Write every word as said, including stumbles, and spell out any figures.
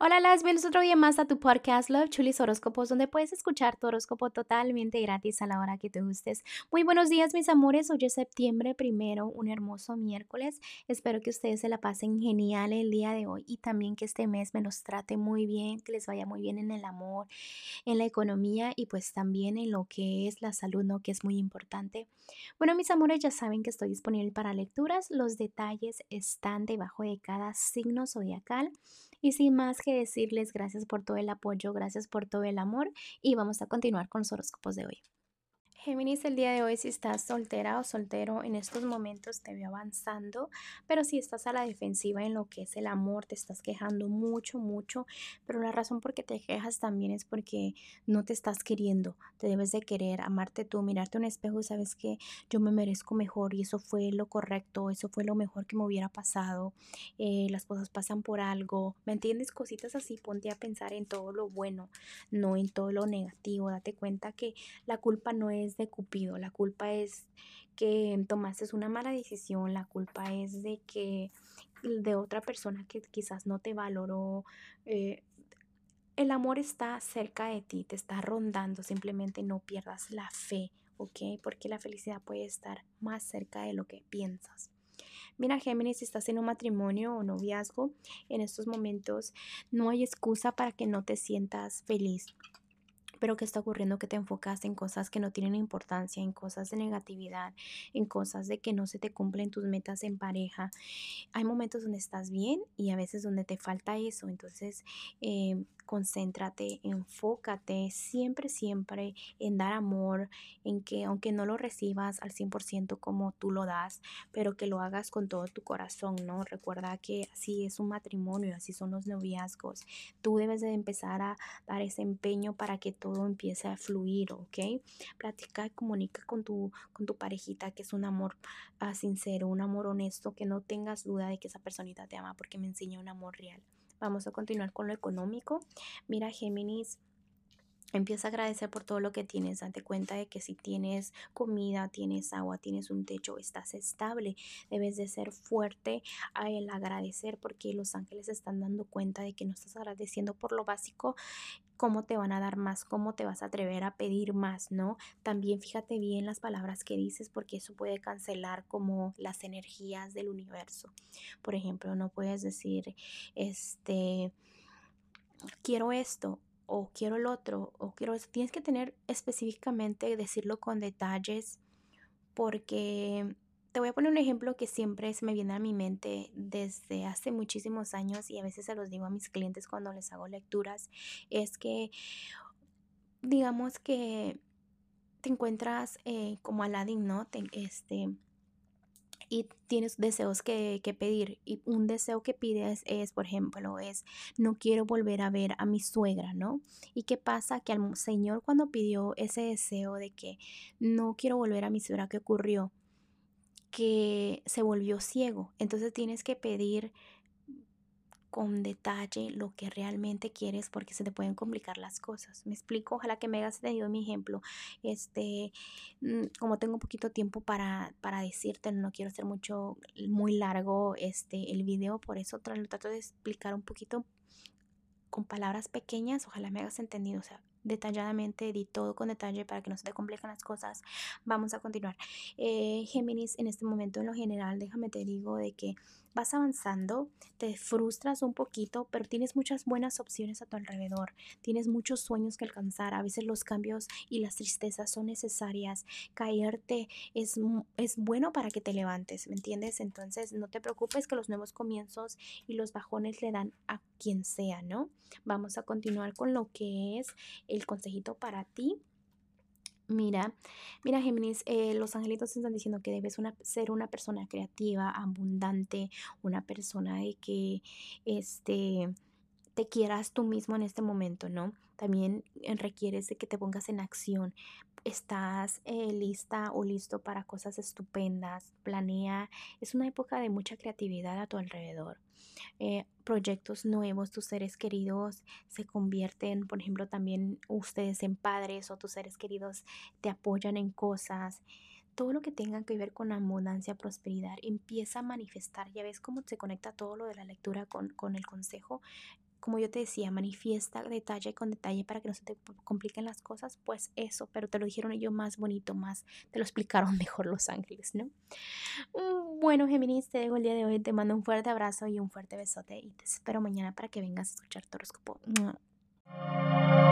Hola, las bienvenidos otro día más a tu podcast Love Chulis Horóscopos, donde puedes escuchar tu horóscopo totalmente gratis a la hora que te gustes. Muy buenos días, mis amores. Hoy es septiembre primero, un hermoso miércoles. Espero que ustedes se la pasen genial el día de hoy y también que este mes me los trate muy bien, que les vaya muy bien en el amor, en la economía y pues también en lo que es la salud, ¿no? Que es muy importante. Bueno, mis amores, ya saben que estoy disponible para lecturas. Los detalles están debajo de cada signo zodiacal. Y sin más que decirles, gracias por todo el apoyo, gracias por todo el amor y vamos a continuar con los horóscopos de hoy. Géminis, el día de hoy, si estás soltera o soltero, en estos momentos te veo avanzando, pero si estás a la defensiva en lo que es el amor, te estás quejando mucho, mucho, pero la razón por qué te quejas también es porque no te estás queriendo, te debes de querer, amarte tú, mirarte a un espejo y sabes que yo me merezco mejor y eso fue lo correcto, eso fue lo mejor que me hubiera pasado, eh, las cosas pasan por algo, ¿me entiendes? Cositas así, ponte a pensar en todo lo bueno, no en todo lo negativo, date cuenta que la culpa no es de Cupido, la culpa es que tomaste una mala decisión, la culpa es de que de otra persona que quizás no te valoró. eh, el amor está cerca de ti, te está rondando, simplemente no pierdas la fe, ¿ok? Porque la felicidad puede estar más cerca de lo que piensas. Mira, Géminis, si estás en un matrimonio o noviazgo, en estos momentos no hay excusa para que no te sientas feliz. Pero ¿qué está ocurriendo? Que te enfocas en cosas que no tienen importancia, en cosas de negatividad, en cosas de que no se te cumplen tus metas en pareja. Hay momentos donde estás bien y a veces donde te falta eso. Entonces, eh, concéntrate, enfócate siempre, siempre en dar amor, en que aunque no lo recibas al cien por ciento como tú lo das, pero que lo hagas con todo tu corazón, ¿no? Recuerda que así es un matrimonio, así son los noviazgos. Tú debes de empezar a dar ese empeño para que todo empiece a fluir, ¿ok? Platica y comunica con tu, con tu parejita que es un amor ah, sincero, un amor honesto, que no tengas duda de que esa personita te ama porque me enseña un amor real. Vamos a continuar con lo económico. Mira, Géminis. Empieza a agradecer por todo lo que tienes. Date cuenta de que si tienes comida, tienes agua, tienes un techo, estás estable. Debes de ser fuerte al agradecer porque los ángeles están dando cuenta de que no estás agradeciendo por lo básico. ¿Cómo te van a dar más? ¿Cómo te vas a atrever a pedir más? ¿No? También fíjate bien las palabras que dices porque eso puede cancelar como las energías del universo. Por ejemplo, no puedes decir, este, quiero esto o quiero el otro o quiero eso. Tienes que tener específicamente, decirlo con detalles porque te voy a poner un ejemplo que siempre se me viene a mi mente desde hace muchísimos años y a veces se los digo a mis clientes cuando les hago lecturas, es que digamos que te encuentras eh, como Aladdin, ¿no? Te- este, y tienes deseos que, que pedir. Y un deseo que pides es, por ejemplo, es, no quiero volver a ver a mi suegra, ¿no? ¿Y qué pasa? Que al Señor cuando pidió ese deseo de que no quiero volver a mi suegra, ¿qué ocurrió? Que se volvió ciego. Entonces tienes que pedir con detalle lo que realmente quieres porque se te pueden complicar las cosas. Me explico, ojalá que me hayas tenido mi ejemplo. Este, mm, como tengo un poquito tiempo para, para decirte, no quiero hacer mucho, muy largo este, el video, por eso tra- lo trato de explicar un poquito con palabras pequeñas, ojalá me hagas entendido, o sea, detalladamente, di todo con detalle para que no se te compliquen las cosas. Vamos a continuar. Eh, Géminis, en este momento en lo general, déjame te digo de que vas avanzando, te frustras un poquito, pero tienes muchas buenas opciones a tu alrededor, tienes muchos sueños que alcanzar, a veces los cambios y las tristezas son necesarias, caerte es, mu- es bueno para que te levantes, ¿me entiendes? Entonces no te preocupes que los nuevos comienzos y los bajones le dan a quien sea, ¿no? Vamos a continuar con lo que es el consejito para ti. Mira, mira Géminis, eh, los angelitos te están diciendo que debes una, ser una persona creativa, abundante, una persona de que este, te quieras tú mismo en este momento, ¿no? También eh, requieres de que te pongas en acción. Estás eh, lista o listo para cosas estupendas, planea. Es una época de mucha creatividad a tu alrededor, eh, proyectos nuevos, tus seres queridos se convierten, por ejemplo, también ustedes en padres o tus seres queridos te apoyan en cosas. Todo lo que tenga que ver con abundancia, prosperidad, empieza a manifestar. Ya ves cómo se conecta todo lo de la lectura con, con el consejo. como yo te decía, manifiesta detalle con detalle para que no se te p- compliquen las cosas, pues eso, pero te lo dijeron ellos más bonito, más, te lo explicaron mejor los ángeles, ¿no? Mm, Bueno, Géminis, te dejo el día de hoy, te mando un fuerte abrazo y un fuerte besote y te espero mañana para que vengas a escuchar tu horóscopo. Mua.